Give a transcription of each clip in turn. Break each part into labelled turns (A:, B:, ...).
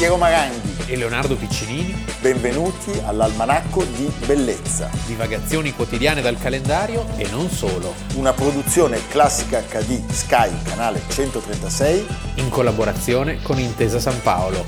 A: Piero Maranghi
B: e Leonardo Piccinini.
A: Benvenuti all'Almanacco di Bellezza.
B: Divagazioni quotidiane dal calendario e non solo.
A: Una produzione Classica HD Sky, canale 136.
B: In collaborazione con Intesa San Paolo.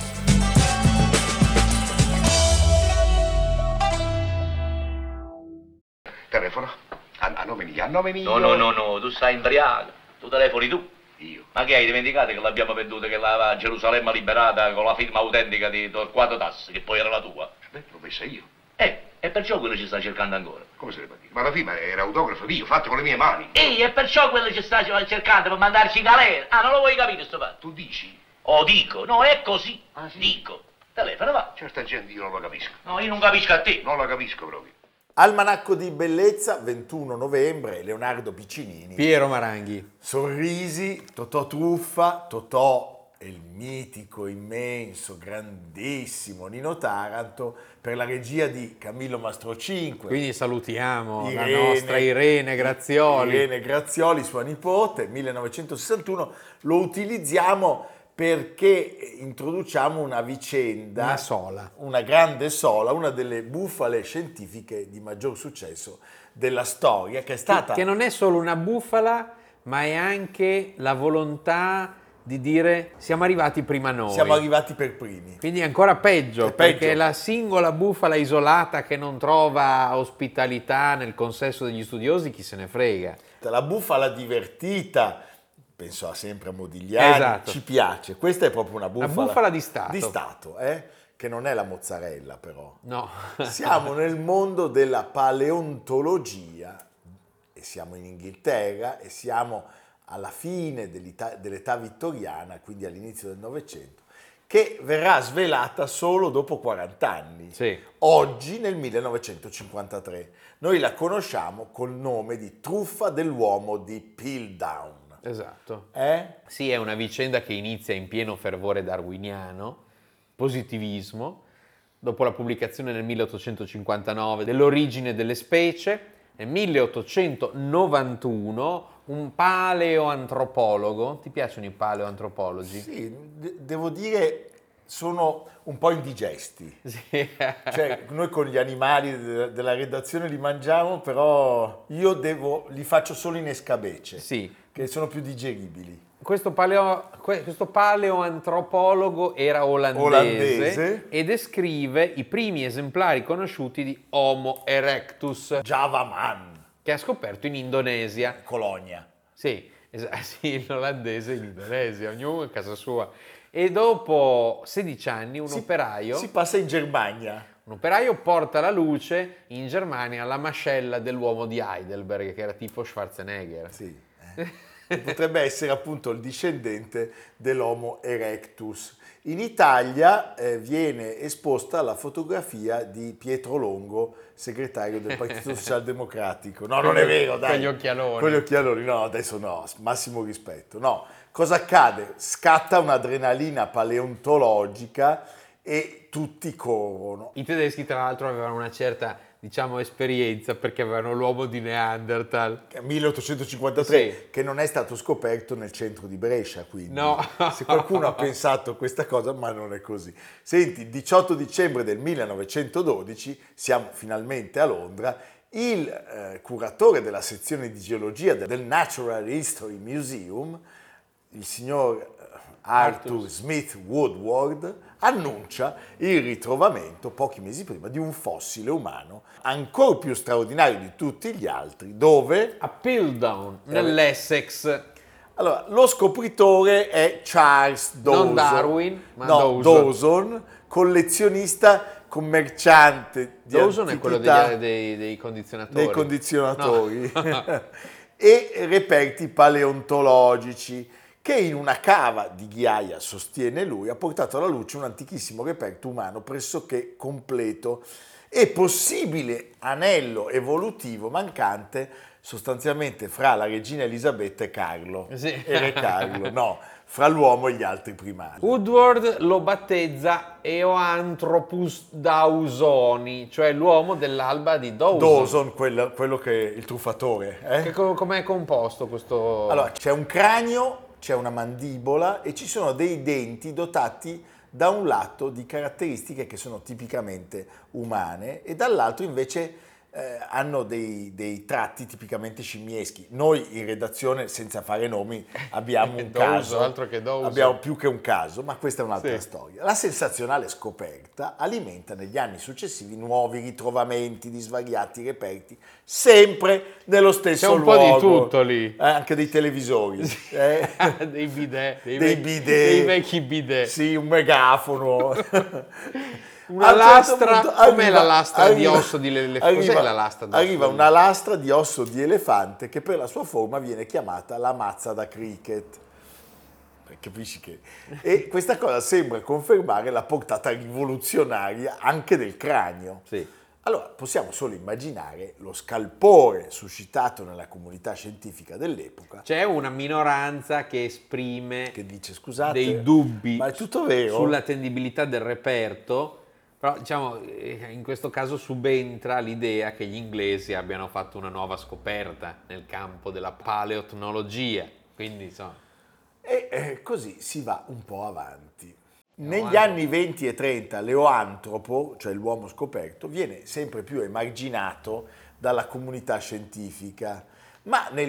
C: Telefono? A nome mio, a nome mio.
D: No, tu stai imbriaco. Tu telefoni tu.
C: Io?
D: Ma che hai dimenticato che l'abbiamo venduta, che la Gerusalemme liberata con la firma autentica di Torquato Tass, che poi era la tua?
C: L'ho messa io.
D: E perciò quello ci sta cercando ancora.
C: Come se ne può dire? Ma la firma era autografo mio, fatto con le mie mani.
D: E perciò quello ci sta cercando per mandarci in galera. Ah, non lo vuoi capire sto fatto?
C: Tu dici?
D: Oh, dico. No, è così.
C: Ah, sì?
D: Dico. Telefono, va.
C: Certa gente io non la capisco.
D: No, io non capisco a te.
C: Non la capisco proprio.
A: Almanacco di Bellezza, 21 novembre, Leonardo Piccinini.
B: Piero Maranghi.
A: Sorrisi, Totò Truffa, Totò e il mitico, immenso, grandissimo Nino Taranto per la regia di Camillo Mastrocinque.
B: Quindi salutiamo la nostra Irene Grazioli.
A: Irene Grazioli, sua nipote, 1961. Lo utilizziamo perché introduciamo una vicenda, una grande sola, una delle bufale scientifiche di maggior successo della storia, che è stata...
B: Che non è solo una bufala, ma è anche la volontà di dire siamo arrivati prima noi.
A: Siamo arrivati per primi.
B: Quindi è ancora peggio, perché la singola bufala isolata che non trova ospitalità nel consesso degli studiosi, chi se ne frega.
A: La bufala divertita... Penso sempre a Modigliani,
B: esatto.
A: Ci piace. Questa è proprio una bufala.
B: Una bufala di Stato.
A: Di Stato, che non è la mozzarella però.
B: No.
A: Siamo nel mondo della paleontologia e siamo in Inghilterra e siamo alla fine dell'età vittoriana, quindi all'inizio del Novecento, che verrà svelata solo dopo 40 anni.
B: Sì.
A: Oggi, nel 1953. Noi la conosciamo col nome di truffa dell'uomo di Piltdown.
B: Esatto.
A: Sì,
B: è una vicenda che inizia in pieno fervore darwiniano, positivismo, dopo la pubblicazione nel 1859 dell'Origine delle specie, nel 1891 un paleoantropologo, ti piacciono i paleoantropologi?
A: Sì, devo dire sono un po' indigesti.
B: Sì.
A: Cioè, noi con gli animali della redazione li mangiamo, però io li faccio solo in escabece.
B: Sì.
A: Che sono più digeribili.
B: Questo paleoantropologo era olandese e descrive i primi esemplari conosciuti di Homo erectus,
A: Java Man,
B: che ha scoperto in Indonesia.
A: Colonia.
B: Sì, l'olandese in Indonesia, ognuno a casa sua. E dopo 16 anni un operaio...
A: Si passa in Germania.
B: Un operaio porta alla luce in Germania la mascella dell'uomo di Heidelberg, che era tipo Schwarzenegger.
A: Sì. Potrebbe essere appunto il discendente dell'Homo erectus. In Italia viene esposta la fotografia di Pietro Longo, segretario del Partito Socialdemocratico. No, non è vero, dai.
B: Con gli occhialoni.
A: Con gli occhialoni, no, adesso no, massimo rispetto. No, cosa accade? Scatta un'adrenalina paleontologica e tutti corrono.
B: I tedeschi tra l'altro avevano una certa, esperienza, perché avevano l'uomo di Neanderthal.
A: 1853,
B: sì.
A: Che non è stato scoperto nel centro di Brescia, quindi
B: no.
A: Se qualcuno ha pensato questa cosa, ma non è così. Senti, 18 dicembre del 1912, siamo finalmente a Londra, il curatore della sezione di geologia del Natural History Museum, il signor Arthur Smith Woodward, annuncia il ritrovamento pochi mesi prima di un fossile umano ancora più straordinario di tutti gli altri, dove?
B: A Piltdown, nell'Essex.
A: Allora, lo scopritore è Charles Dawson.
B: Non Darwin, ma
A: Dawson, collezionista, commerciante di
B: Dawson
A: antichità,
B: è quello dei condizionatori.
A: Dei condizionatori.
B: No.
A: E reperti paleontologici, che in una cava di ghiaia, sostiene lui, ha portato alla luce un antichissimo reperto umano pressoché completo e possibile anello evolutivo mancante sostanzialmente fra la regina Elisabetta e Carlo.
B: Sì.
A: E Re Carlo, no, fra l'uomo e gli altri primati.
B: Woodward lo battezza Eoanthropus dawsoni, cioè l'uomo dell'alba di Dawson.
A: Dawson, quello che è il truffatore.
B: Com'è composto questo?
A: Allora, c'è un cranio, c'è una mandibola e ci sono dei denti dotati da un lato di caratteristiche che sono tipicamente umane e dall'altro invece hanno dei tratti tipicamente scimmieschi. Noi in redazione, senza fare nomi, abbiamo un caso,
B: altro che Dawson.
A: abbiamo più che un caso, ma questa è un'altra storia. La sensazionale scoperta alimenta negli anni successivi nuovi ritrovamenti di svariati reperti, sempre nello stesso
B: C'è un
A: luogo.
B: po' di tutto lì.
A: Anche dei televisori.
B: Dei bidet,
A: Dei bidet.
B: dei vecchi bidet.
A: Sì, un megafono.
B: Una
A: A un certo
B: lastra,
A: punto
B: com'è la lastra di osso di elefante? Cos'è la lastra di osso
A: Arriva
B: di
A: una lastra di osso di elefante che per la sua forma viene chiamata la mazza da cricket. Capisci che? E questa cosa sembra confermare la portata rivoluzionaria anche del cranio.
B: Sì.
A: Allora, possiamo solo immaginare lo scalpore suscitato nella comunità scientifica dell'epoca.
B: C'è una minoranza che esprime
A: Che dice, scusate,
B: dei dubbi
A: ma è tutto vero?
B: sull'attendibilità del reperto, però diciamo in questo caso subentra l'idea che gli inglesi abbiano fatto una nuova scoperta nel campo della paleotecnologia, quindi insomma...
A: E così si va un po' avanti. Negli anni 20 e 30 l'eoantropo, cioè l'uomo scoperto, viene sempre più emarginato dalla comunità scientifica, ma nel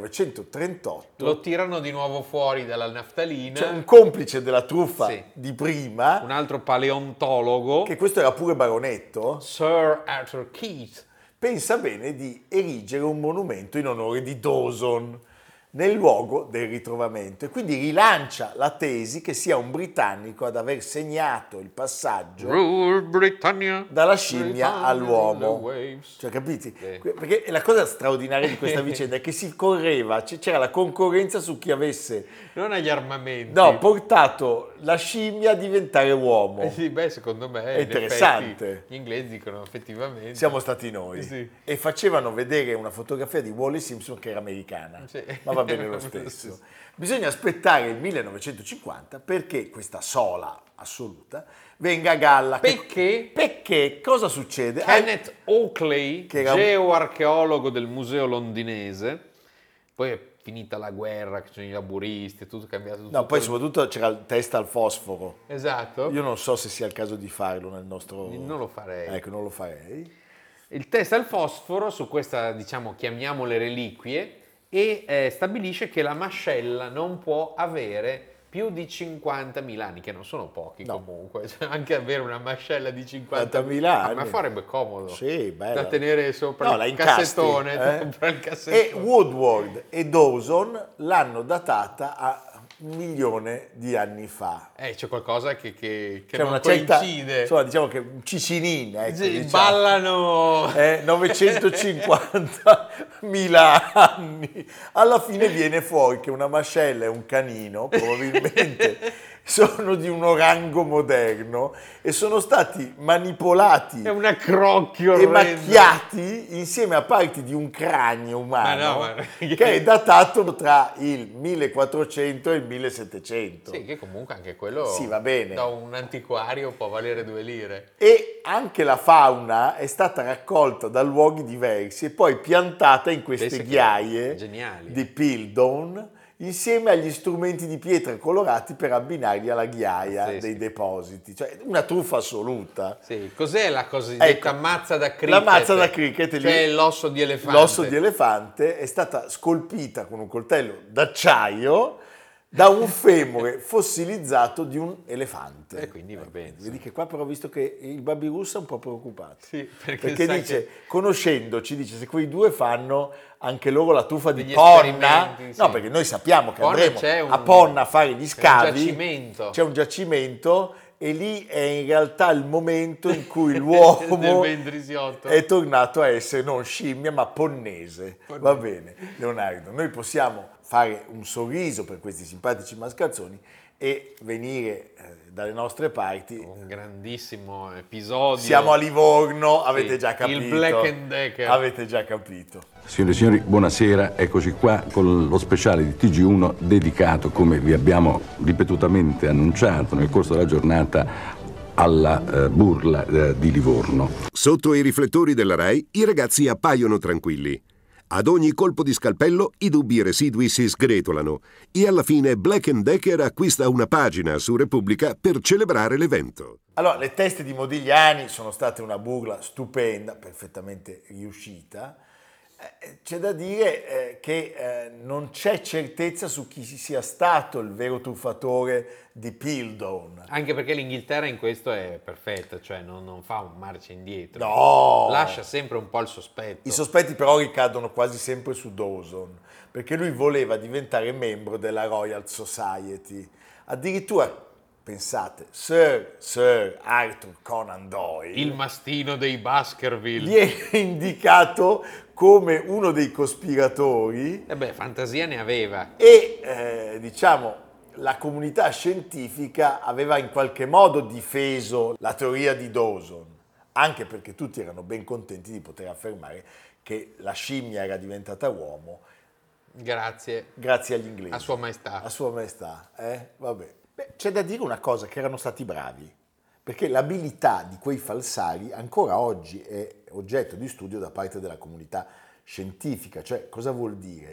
A: 1938
B: Lo tirano di nuovo fuori dalla naftalina,
A: c'è un complice della truffa
B: Sì.
A: di prima,
B: un altro paleontologo,
A: che questo era pure baronetto,
B: Sir Arthur Keith,
A: pensa bene di erigere un monumento in onore di Dawson nel luogo del ritrovamento e quindi rilancia la tesi che sia un britannico ad aver segnato il passaggio
B: Rule Britannia,
A: dalla scimmia
B: Britannia
A: all'uomo.
B: the waves.
A: Cioè, capiti?
B: Sì.
A: Perché la cosa straordinaria di questa vicenda è che si correva, c'era la concorrenza su chi avesse
B: Non agli armamenti.
A: portato la scimmia a diventare uomo.
B: Sì, beh, secondo me
A: È
B: in
A: interessante.
B: effetti, gli inglesi dicono effettivamente.
A: Siamo stati noi.
B: Sì.
A: E facevano vedere una fotografia di Wally Simpson che era americana.
B: Sì.
A: Ma va bene lo stesso. Bisogna aspettare il 1950 perché questa sola assoluta venga a galla. Perché cosa succede?
B: Kenneth Oakley,
A: Che era un-
B: geoarcheologo del museo londinese, poi è finita la guerra, che c'erano i laburisti, è tutto cambiato.
A: No, poi soprattutto c'era il test al fosforo.
B: Esatto.
A: Io non so se sia il caso di farlo nel nostro...
B: Non lo farei.
A: Ecco, non lo farei.
B: Il test al fosforo su questa, diciamo, chiamiamole reliquie, e stabilisce che la mascella non può avere più di 50.000 anni, che non sono pochi
A: No.
B: comunque, cioè, anche avere una mascella di
A: 50.000 anni.
B: ma farebbe comodo.
A: Sì, bella.
B: Da tenere sopra
A: la
B: il
A: incastri,
B: cassettone, sopra il
A: E
B: cassettone.
A: Woodward e Dawson l'hanno datata a 1 milione di anni fa.
B: C'è qualcosa che
A: C'è
B: non
A: una certa,
B: coincide.
A: insomma, diciamo che un cicinin, ecco,
B: Sì,
A: diciamo.
B: ballano.
A: 950.000 anni. Alla fine viene fuori che una mascella e un canino, probabilmente, sono di un orango moderno e sono stati manipolati
B: È un accrocchio
A: e
B: orrendo.
A: macchiati insieme a parti di un cranio umano
B: Ma no,
A: che è datato tra il 1400 e il 1700.
B: Sì, che comunque anche quello
A: Sì, va bene.
B: da un antiquario può valere 2 lire.
A: E anche la fauna è stata raccolta da luoghi diversi e poi piantata in queste
B: Pensa che
A: ghiaie
B: geniali.
A: di Piltdown insieme agli strumenti di pietra colorati per abbinarli alla ghiaia
B: Pazzeschi.
A: dei depositi. Cioè, una truffa assoluta.
B: Sì, cos'è la cosiddetta
A: Ecco,
B: mazza da cricket?
A: la mazza da cricket lì-
B: Cioè l'osso di elefante.
A: L'osso di elefante è stata scolpita con un coltello d'acciaio da un femore fossilizzato di un elefante.
B: E quindi va bene.
A: Vedi che qua però ho visto che il Babirussa è un po' preoccupato.
B: Sì,
A: Perché
B: sa
A: dice,
B: che-
A: conoscendoci, dice se quei due fanno anche loro la truffa di
B: Degli
A: Ponna,
B: esperimenti, sì.
A: no, perché noi sappiamo che
B: Ponna
A: andremo
B: c'è un-
A: a Ponna a fare gli scavi,
B: giacimento.
A: c'è un giacimento e lì è in realtà il momento in cui l'uomo
B: Del Vendrisiotto.
A: è tornato a essere non scimmia ma ponnese. Va bene, Leonardo, noi possiamo fare un sorriso per questi simpatici mascalzoni e venire dalle nostre parti.
B: Un grandissimo episodio.
A: Siamo a Livorno, avete
B: Sì,
A: già capito.
B: il Black and Decker.
A: Avete già capito.
E: Signore e signori, buonasera, eccoci qua con lo speciale di TG1 dedicato, come vi abbiamo ripetutamente annunciato nel corso della giornata, alla burla di Livorno.
F: Sotto i riflettori della RAI i ragazzi appaiono tranquilli. Ad ogni colpo di scalpello i dubbi residui si sgretolano e alla fine Black & Decker acquista una pagina su Repubblica per celebrare l'evento.
A: Allora, le teste di Modigliani sono state una burla stupenda, perfettamente riuscita. C'è da dire che non c'è certezza su chi sia stato il vero truffatore di Piltdown.
B: Anche perché l'Inghilterra in questo è perfetta, cioè non fa un marcia indietro.
A: No!
B: Lascia sempre un po' il sospetto.
A: I sospetti però ricadono quasi sempre su Dawson, perché lui voleva diventare membro della Royal Society. Addirittura, pensate, Sir Arthur Conan Doyle,
B: Il mastino dei Baskerville.
A: viene indicato come uno dei cospiratori
B: E beh, fantasia ne aveva.
A: e diciamo la comunità scientifica aveva in qualche modo difeso la teoria di Dawson, anche perché tutti erano ben contenti di poter affermare che la scimmia era diventata uomo
B: Grazie
A: grazie agli inglesi.
B: a Sua Maestà.
A: A Sua Maestà, vabbè. Beh, c'è da dire una cosa, che erano stati bravi, perché l'abilità di quei falsari ancora oggi è oggetto di studio da parte della comunità scientifica. Cioè, cosa vuol dire?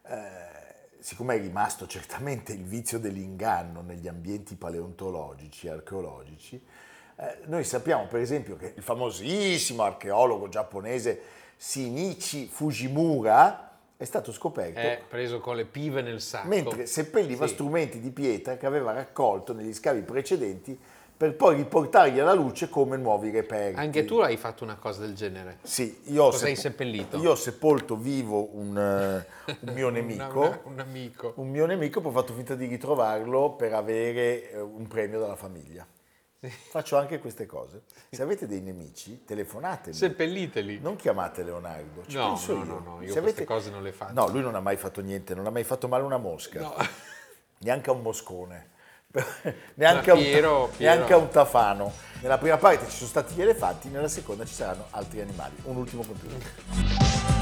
A: Siccome è rimasto certamente il vizio dell'inganno negli ambienti paleontologici, archeologici, noi sappiamo per esempio che il famosissimo archeologo giapponese Shinichi Fujimura è stato scoperto
B: È preso con le pive nel sacco.
A: mentre seppelliva
B: Sì.
A: strumenti di pietra che aveva raccolto negli scavi precedenti per poi riportarli alla luce come nuovi reperti.
B: Anche tu hai fatto una cosa del genere.
A: Sì, io ho,
B: Cosa hai seppellito?
A: io ho sepolto vivo un mio nemico.
B: Un amico.
A: Un mio nemico, poi ho fatto finta di ritrovarlo per avere un premio dalla famiglia. Faccio anche queste cose. Se avete dei nemici, telefonatemi.
B: Seppelliteli.
A: Non chiamate Leonardo, ci
B: No,
A: penso
B: no,
A: io.
B: no, io
A: Se
B: queste cose non le faccio.
A: No, lui non ha mai fatto niente, non ha mai fatto male una mosca.
B: No.
A: Neanche a un moscone. neanche,
B: Piero.
A: neanche a un tafano. Nella prima parte ci sono stati gli elefanti, nella seconda ci saranno altri animali. Un ultimo contributo.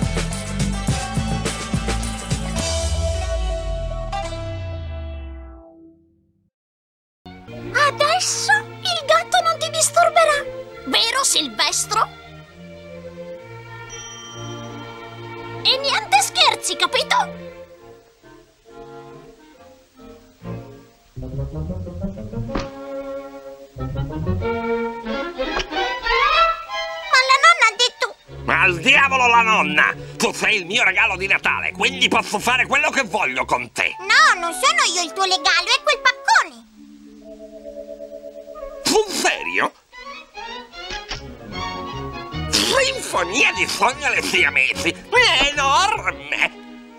G: Adesso il gatto non ti disturberà, vero Silvestro? E niente scherzi, capito? Ma la nonna ha detto...
H: Ma al diavolo la nonna! Tu sei il mio regalo di Natale, quindi posso fare quello che voglio con te.
G: No, non sono io il tuo regalo, è quel paccone.
H: Sul serio? Sinfonia di sogni alle siamesi! È enorme!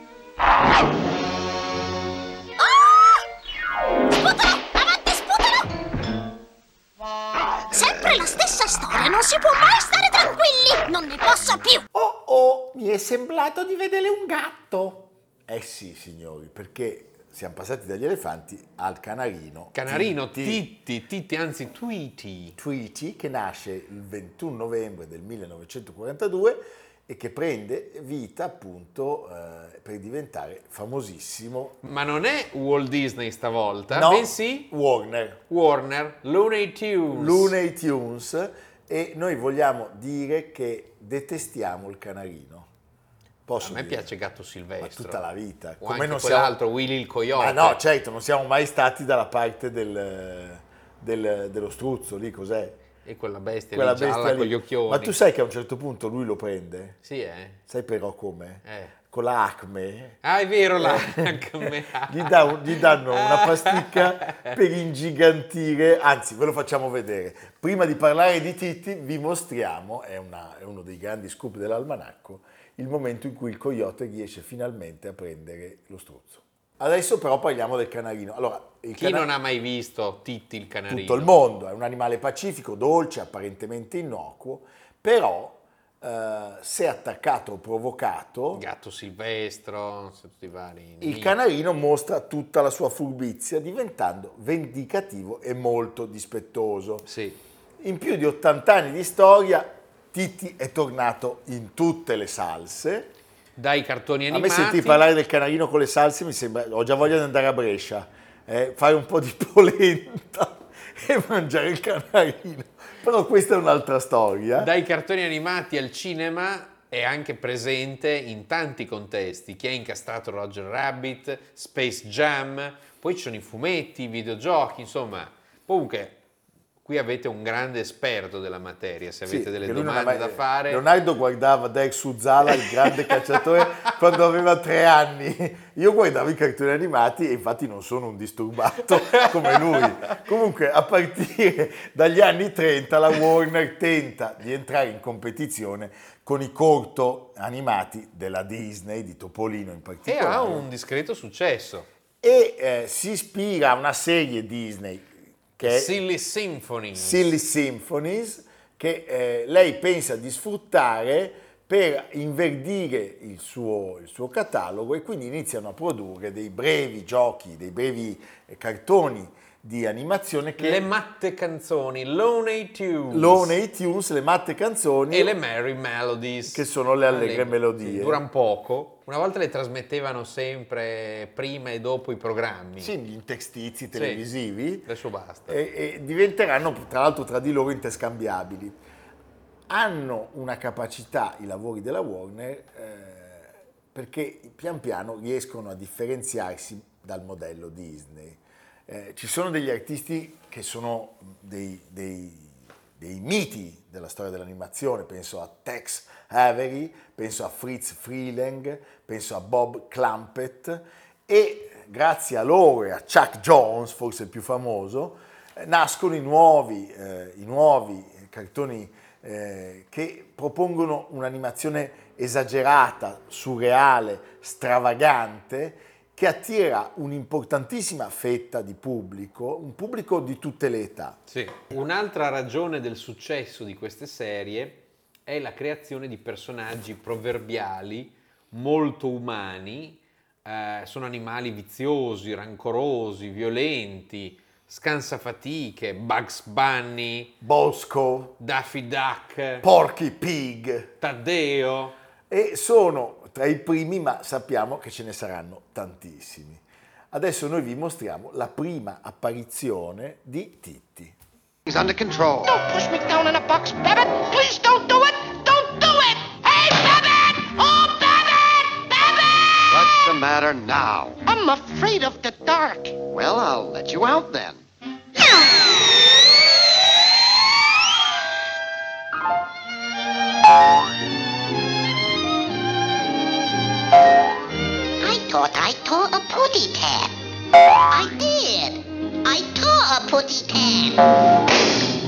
G: Sputalo! Avanti, sputalo! Sempre la stessa storia, non si può mai stare tranquilli! Non ne posso più!
A: Oh, mi è sembrato di vedere un gatto. Eh sì, signori, perché siamo passati dagli elefanti al canarino.
B: Canarino, Titti, anzi Tweety.
A: Tweety, che nasce il 21 novembre del 1942 e che prende vita appunto per diventare famosissimo.
B: Ma non è Walt Disney stavolta,
A: No,
B: bensì
A: Warner.
B: Looney Tunes.
A: Looney Tunes, e noi vogliamo dire che detestiamo il canarino. Posso
B: A me
A: dire?
B: piace Gatto
A: Ma
B: Silvestro.
A: tutta la vita.
B: O anche quell'altro, Willy il Coyote.
A: Ma no, certo, non siamo mai stati dalla parte dello struzzo lì, cos'è?
B: E quella bestia
A: Quella
B: lì gialla
A: bestia lì.
B: con gli occhioni.
A: Ma tu sai che a un certo punto lui lo prende?
B: Sì,
A: Sai però come?
B: Eh.
A: Con la Acme.
B: Ah, è vero, là. Anche a me.
A: Gli danno una pasticca per ingigantire, anzi ve lo facciamo vedere. Prima di parlare di Titti vi mostriamo, è uno dei grandi scoop dell'almanacco, il momento in cui il coyote riesce finalmente a prendere lo struzzo. Adesso però parliamo del canarino. Allora,
B: Chi non ha mai visto Titti il canarino?
A: tutto il mondo, è un animale pacifico, dolce, apparentemente innocuo, però se attaccato o provocato,
B: Gatto Silvestro, tutti i vari.
A: il canarino mostra tutta la sua furbizia, diventando vendicativo e molto dispettoso.
B: Sì.
A: In più di 80 anni di storia, Titti è tornato in tutte le salse.
B: Dai cartoni
A: A
B: animati.
A: me sentire parlare del canarino con le salse mi sembra, ho già voglia di andare a Brescia, fare un po' di polenta e mangiare il canarino. Però questa è un'altra storia.
B: Dai cartoni animati al cinema è anche presente in tanti contesti. Chi ha incastrato Roger Rabbit, Space Jam, poi ci sono i fumetti, i videogiochi, insomma. Comunque, qui avete un grande esperto della materia, se avete delle domande da fare.
A: Leonardo guardava Derek Suzzala, il grande cacciatore, quando aveva 3 anni. Io guardavo i cartoni animati e infatti non sono un disturbato come lui. Comunque, a partire dagli anni 30 la Warner tenta di entrare in competizione con i corto animati della Disney, di Topolino in
B: E
A: particolare.
B: ha un discreto successo.
A: E si ispira a una serie Disney che è
B: Silly Symphonies.
A: Silly Symphonies, che lei pensa di sfruttare per inverdire il suo catalogo, e quindi iniziano a produrre dei brevi giochi, dei brevi cartoni di animazione che
B: Le matte canzoni, Looney Tunes.
A: Looney Tunes, le matte canzoni
B: E le Merry Melodies.
A: che sono le allegre melodie.
B: Sì, durano poco. Una volta le trasmettevano sempre prima e dopo i programmi.
A: Sì, gli interstizi televisivi.
B: Adesso basta.
A: E diventeranno tra l'altro tra di loro interscambiabili. Hanno una capacità i lavori della Warner perché pian piano riescono a differenziarsi dal modello Disney. Ci sono degli artisti che sono dei miti della storia dell'animazione, penso a Tex Avery, penso a Fritz Freleng, penso a Bob Clampett, e grazie a loro e a Chuck Jones, forse il più famoso, nascono i nuovi cartoni che propongono un'animazione esagerata, surreale, stravagante, che attira un'importantissima fetta di pubblico, un pubblico di tutte le età.
B: Sì. Un'altra ragione del successo di queste serie è la creazione di personaggi proverbiali molto umani. Sono animali viziosi, rancorosi, violenti, scansafatiche, Bugs Bunny,
A: Bosco,
B: Daffy Duck,
A: Porky Pig,
B: Taddeo.
A: e sono tra i primi, ma sappiamo che ce ne saranno tantissimi. Adesso noi vi mostriamo la prima apparizione di Titti.
I: He's under control.
G: Don't push me down in a box, Babbitt! Please don't do it! Don't do it! Hey, Babbitt! Oh, Babbitt! Babbitt!
I: What's the matter now?
G: I'm afraid of the dark.
I: Well, I'll let you out then.
G: I thought I tore a putty tab. I did. I tore a putty tab.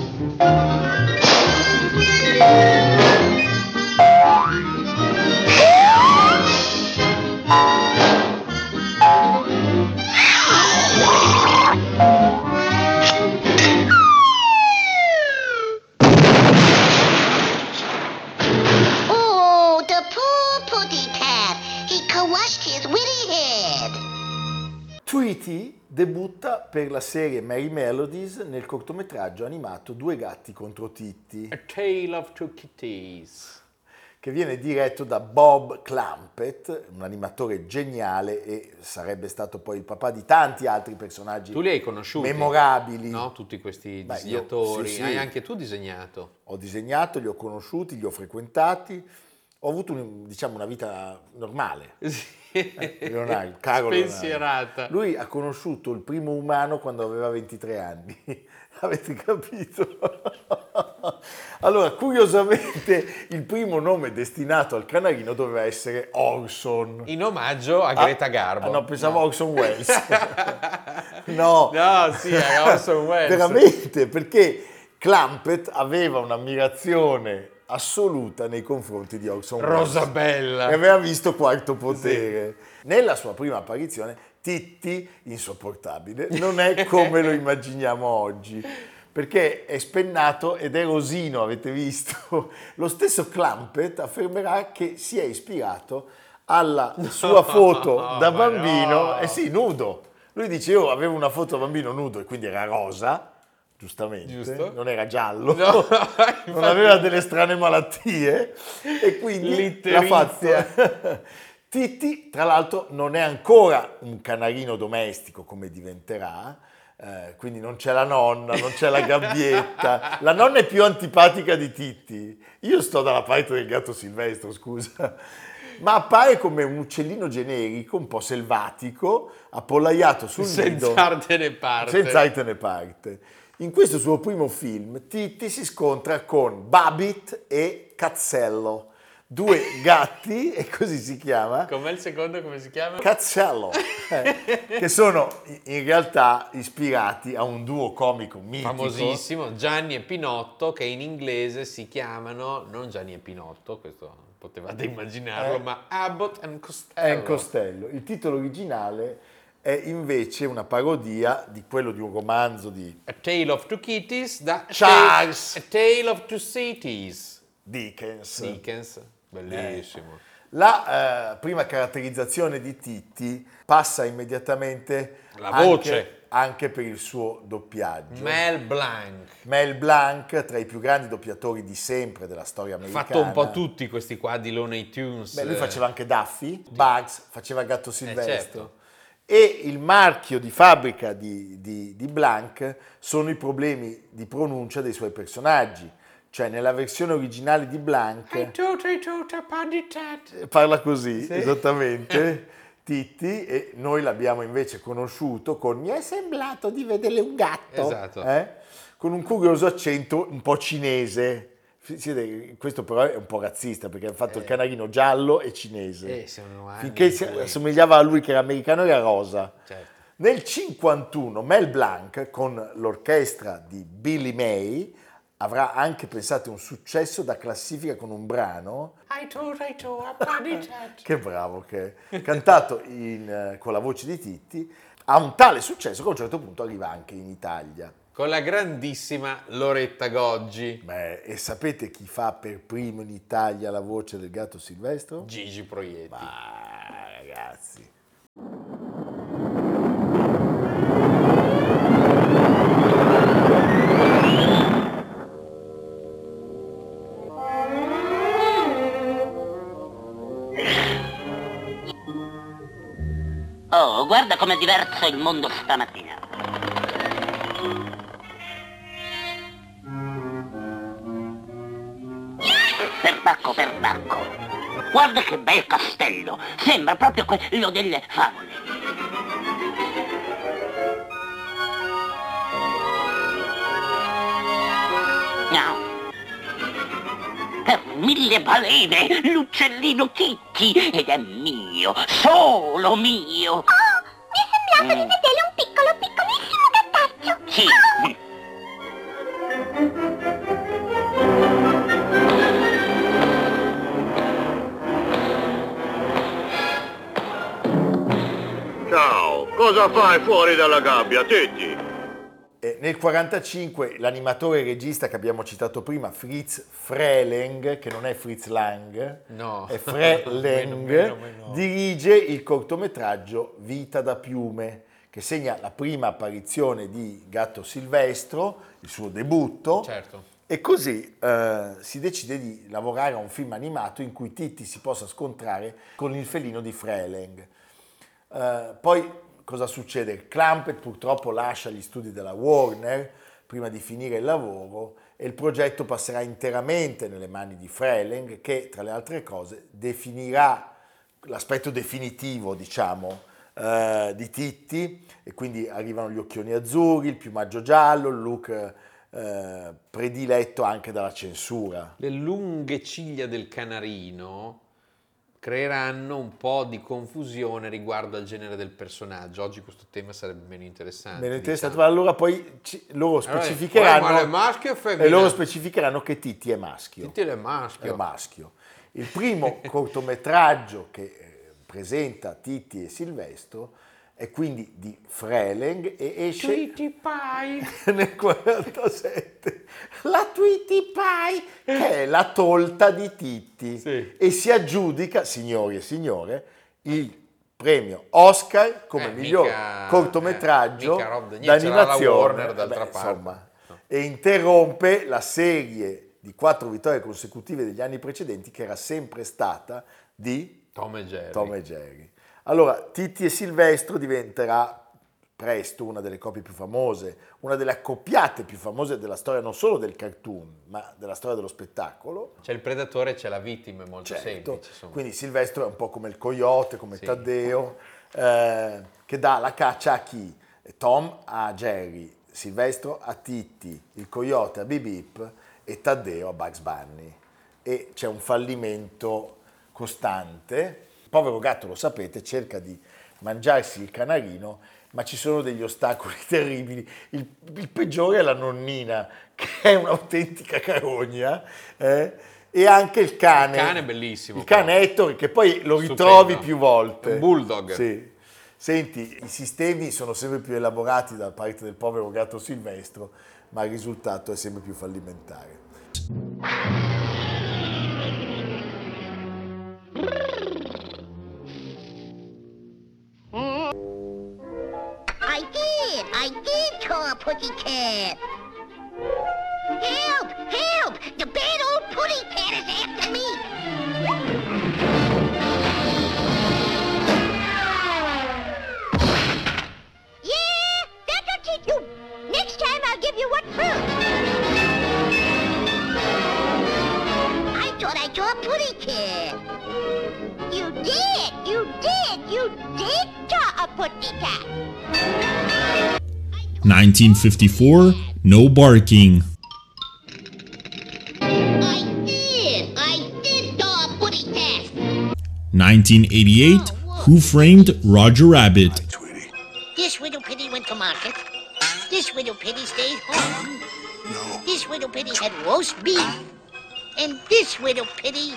G: Oh, the poor putty tab. He crushed his witty head.
A: Tweety debutta per la serie Merry Melodies nel cortometraggio animato Due gatti contro Titti,
B: A Tale of Two Kitties.
A: che viene diretto da Bob Clampett, un animatore geniale, e sarebbe stato poi il papà di tanti altri personaggi
B: Tu li hai conosciuti?
A: memorabili.
B: No? Tutti questi
A: Beh, io-
B: disegnatori.
A: sì, sì.
B: Hai anche tu disegnato?
A: Ho disegnato, li ho conosciuti, li ho frequentati, ho avuto una vita normale. Leonardo, caro
B: Spensierata.
A: Leonardo. Lui ha conosciuto il primo umano quando aveva 23 anni. Avete capito? Allora, curiosamente, il primo nome destinato al canarino doveva essere Orson.
B: In omaggio a Greta Garbo.
A: No, pensavo Orson Welles. No.
B: No, sì, è Orson Welles.
A: Veramente, perché Clampett aveva un'ammirazione assoluta nei confronti di Orson Welles.
B: Rosabella.
A: E aveva visto Quarto Potere. Nella sua prima apparizione, Titti, insopportabile, non è come lo immaginiamo oggi, perché è spennato ed è rosino, avete visto? Lo stesso Clampett affermerà che si è ispirato alla sua foto da bambino,
B: no.
A: sì, nudo. Lui dice, io avevo una foto da bambino nudo e quindi era rosa, giustamente,
B: Giusto.
A: non era giallo,
B: No,
A: non aveva delle strane malattie e quindi l'ha fatto. Titti, tra l'altro, non è ancora un canarino domestico come diventerà, quindi non c'è la nonna, non c'è la gabbietta. La nonna è più antipatica di Titti. Io sto dalla parte del gatto Silvestro, scusa. Ma appare come un uccellino generico, un po' selvatico, appollaiato sul nido.
B: Senza arte né parte.
A: Senza arte né parte. In questo suo primo film, Titti si scontra con Babbitt e Cazzello, due gatti, e così si chiama.
B: Com'è il secondo, come si chiama?
A: Cazzello, che sono in realtà ispirati a un duo comico mitico.
B: Famosissimo, Gianni e Pinotto, che in inglese si chiamano, non Gianni e Pinotto, questo potevate immaginarlo, ma Abbott and Costello.
A: Costello. Il titolo originale è invece una parodia di quello di un romanzo di
B: A Tale of Two Kitties, da
A: Charles
B: A Tale of Two Cities.
A: Dickens.
B: Bellissimo.
A: La prima caratterizzazione di Titti passa immediatamente
B: La voce.
A: anche per il suo doppiaggio.
B: Mel Blanc.
A: Mel Blanc, tra i più grandi doppiatori di sempre della storia
B: Ha
A: americana.
B: fatto un po' tutti questi qua di Looney Tunes.
A: Beh, lui faceva anche Daffy, Bugs, faceva Gatto Silvestro.
B: Certo.
A: E il marchio di fabbrica di Blanc sono i problemi di pronuncia dei suoi personaggi. Cioè, nella versione originale di Blanc parla così,
B: Sì.
A: esattamente, Titti, e noi l'abbiamo invece conosciuto con "mi è sembrato di vedere un gatto",
B: Esatto.
A: con un curioso accento un po' cinese. Questo però è un po' razzista, perché hanno fatto il canarino giallo e cinese.
B: Sono anni
A: Finché
B: in cui-
A: assomigliava a lui che era americano, era rosa.
B: Certo.
A: Nel 1951 Mel Blanc, con l'orchestra di Billy May, avrà anche pensato un successo da classifica con un brano, che bravo che è, cantato con la voce di Titti, ha un tale successo che a un certo punto arriva anche in Italia.
B: Con la grandissima Loretta Goggi.
A: Beh, e sapete chi fa per primo in Italia la voce del gatto Silvestro?
B: Gigi Proietti.
A: Ma ragazzi...
J: Oh, guarda com'è diverso il mondo stamattina. Perbacco. Guarda che bel castello. Sembra proprio quello delle favole. No. Per 1000 balene, l'uccellino Titti, ed è mio, solo mio.
G: Oh, mi è sembrato di vedere un piccolo, piccolissimo gattaccio.
J: Sì.
K: Ciao, cosa fai fuori dalla gabbia, Titti?
A: Nel 1945 l'animatore e regista che abbiamo citato prima, Fritz Freleng, che non è Fritz Lang,
B: No.
A: è Freleng,
B: meno.
A: dirige il cortometraggio Vita da piume, che segna la prima apparizione di Gatto Silvestro, il suo debutto.
B: Certo.
A: E così si decide di lavorare a un film animato in cui Titti si possa scontrare con il felino di Freleng. Poi cosa succede? Clampett purtroppo lascia gli studi della Warner prima di finire il lavoro e il progetto passerà interamente nelle mani di Freleng, che tra le altre cose definirà l'aspetto definitivo, diciamo, di Titti, e quindi arrivano gli occhioni azzurri, il piumaggio giallo, il look prediletto anche dalla censura.
B: Le lunghe ciglia del canarino creeranno un po' di confusione riguardo al genere del personaggio. Oggi questo tema sarebbe meno interessante.
A: Meno interessante,
B: diciamo.
A: ma allora poi loro
B: Allora,
A: specificheranno,
B: ma è maschio o femmina?
A: e loro specificheranno che Titti è maschio.
B: Titti è maschio.
A: È maschio. Il primo cortometraggio che presenta Titti e Silvestro è quindi di Freleng e esce
B: Tweety Pie.
A: nel 1947. La Tweety Pie, che è la tolta di Titti,
B: Sì.
A: e si aggiudica, signori e signore, il premio Oscar come miglior
B: mica-
A: cortometraggio
B: mica roba- niente, c'era la
A: d'animazione.
B: Warner d'altra parte.
A: Insomma, e interrompe la serie di 4 vittorie consecutive degli anni precedenti, che era sempre stata di
B: Tom e Jerry.
A: Tom e Jerry. Allora, Titti e Silvestro diventerà Presto, una delle coppie più famose, una delle accoppiate più famose della storia non solo del cartoon, ma della storia dello spettacolo.
B: C'è il predatore e c'è la vittima, è molto
A: Certo.
B: semplice. Insomma.
A: Quindi Silvestro è un po' come il coyote, come Taddeo, che dà la caccia a chi? Tom a Jerry, Silvestro a Titti, il coyote a Bip Bip e Taddeo a Bugs Bunny. E c'è un fallimento costante. Il povero gatto, lo sapete, cerca di mangiarsi il canarino, ma ci sono degli ostacoli terribili. Il peggiore è la nonnina, che è un'autentica carogna, e anche il cane.
B: Il cane è bellissimo.
A: Il cane Ettore, che poi lo ritrovi
B: Stupendo.
A: più volte.
B: Un bulldog.
A: Sì. Senti, i sistemi sono sempre più elaborati da parte del povero gatto Silvestro, ma il risultato è sempre più fallimentare.
G: I did call Putty Cat. Help! Help! The bad old Putty Cat is after me! Yeah, that'll teach you. Next time I'll give you what fruit. I thought I saw a Putty Cat. You did! You did! You did saw a Putty Cat!
L: 1954, no barking.
G: I did saw a Putty Cat!
L: 1988, Who Framed Roger Rabbit?
G: This little pitty went to market. This little pitty stayed home. No. This little pitty had roast beef. And this little pitty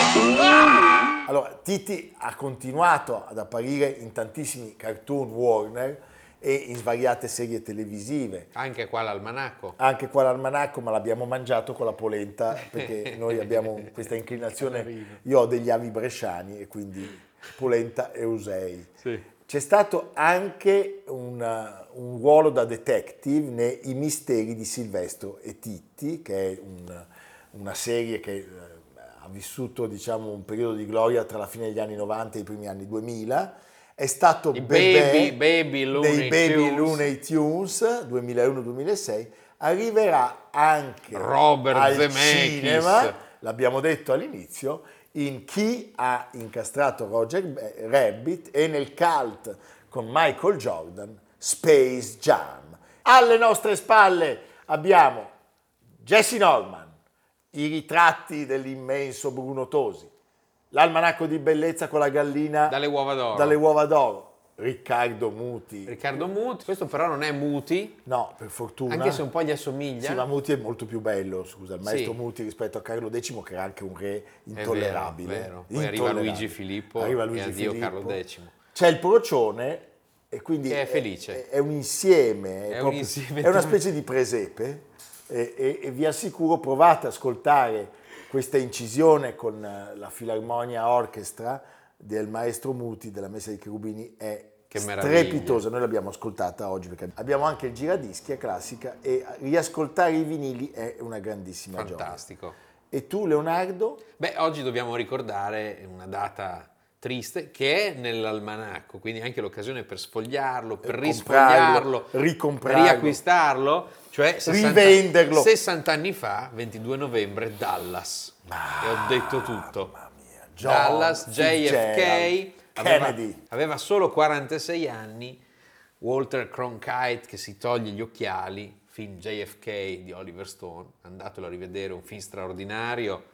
G: had...
A: Allora, Titti ha continuato ad apparire in tantissimi cartoon Warner e in svariate serie televisive.
B: Anche qua l'almanacco.
A: Anche qua l'almanacco, ma l'abbiamo mangiato con la polenta, perché noi abbiamo questa inclinazione. Io ho degli avi bresciani e quindi polenta e usei.
B: Sì.
A: C'è stato anche un ruolo da detective nei I misteri di Silvestro e Titti, che è una serie che ha vissuto, diciamo, un periodo di gloria tra la fine degli anni 90 e i primi anni 2000. È stato
B: Baby
A: Looney Tunes 2001-2006. Arriverà anche
B: Robert
A: al
B: Zemeckis.
A: cinema, l'abbiamo detto all'inizio, in Chi ha incastrato Roger Rabbit e nel cult con Michael Jordan Space Jam. Alle nostre spalle abbiamo Jesse Norman, i ritratti dell'immenso Bruno Tosi, l'almanacco di bellezza con la gallina
B: dalle uova d'oro.
A: Riccardo Muti.
B: Questo però non è Muti.
A: No, per fortuna.
B: Anche se un po' gli assomiglia.
A: Sì, ma Muti è molto più bello, scusa, il maestro
B: Sì.
A: Muti rispetto a Carlo X, che era anche un re intollerabile.
B: È vero. Poi arriva Luigi Filippo e addio Carlo X.
A: C'è il procione e quindi
B: che è felice.
A: È un insieme,
B: È
A: una specie di presepe e vi assicuro, provate ad ascoltare questa incisione con la Filarmonia Orchestra del maestro Muti della Messa dei Cherubini, è strepitosa. Noi l'abbiamo ascoltata oggi perché abbiamo anche il giradischi a classica e riascoltare i vinili è una grandissima gioia.
B: Fantastico.
A: E tu, Leonardo?
B: Beh, oggi dobbiamo ricordare una data triste che è nell'almanacco, quindi anche l'occasione per sfogliarlo, per risfogliarlo,
A: ricomprarlo,
B: riacquistarlo, cioè
A: rivenderlo.
B: 60 anni fa, 22 novembre, Dallas. E ho detto tutto.
A: Mamma mia.
B: Dallas, JFK,
A: Kennedy.
B: aveva solo 46 anni, Walter Cronkite che si toglie gli occhiali, film JFK di Oliver Stone, andatelo a rivedere, un film straordinario,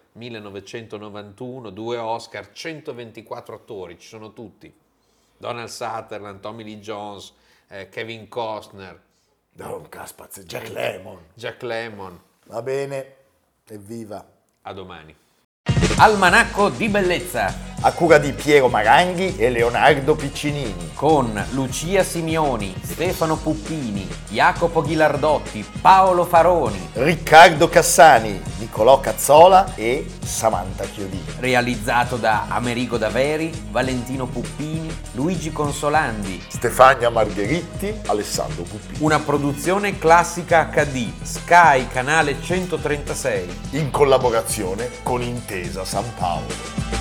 B: 1991, 2 Oscar, 124 attori, ci sono tutti, Donald Sutherland, Tommy Lee Jones, Kevin Costner, Jack Lemmon.
A: Va bene, evviva.
B: A domani.
M: Almanacco di bellezza
A: a cura di Piero Maranghi e Leonardo Piccinini,
M: con Lucia Simioni, Stefano Puppini, Jacopo Ghilardotti, Paolo Faroni,
A: Riccardo Cassani, Nicolò Cazzola e Samantha Chiodini.
M: Realizzato da Amerigo Daveri, Valentino Puppini, Luigi Consolandi,
A: Stefania Margheritti, Alessandro Puppini.
M: Una produzione Classica HD, Sky canale 136,
A: in collaborazione con Intesa San Paolo.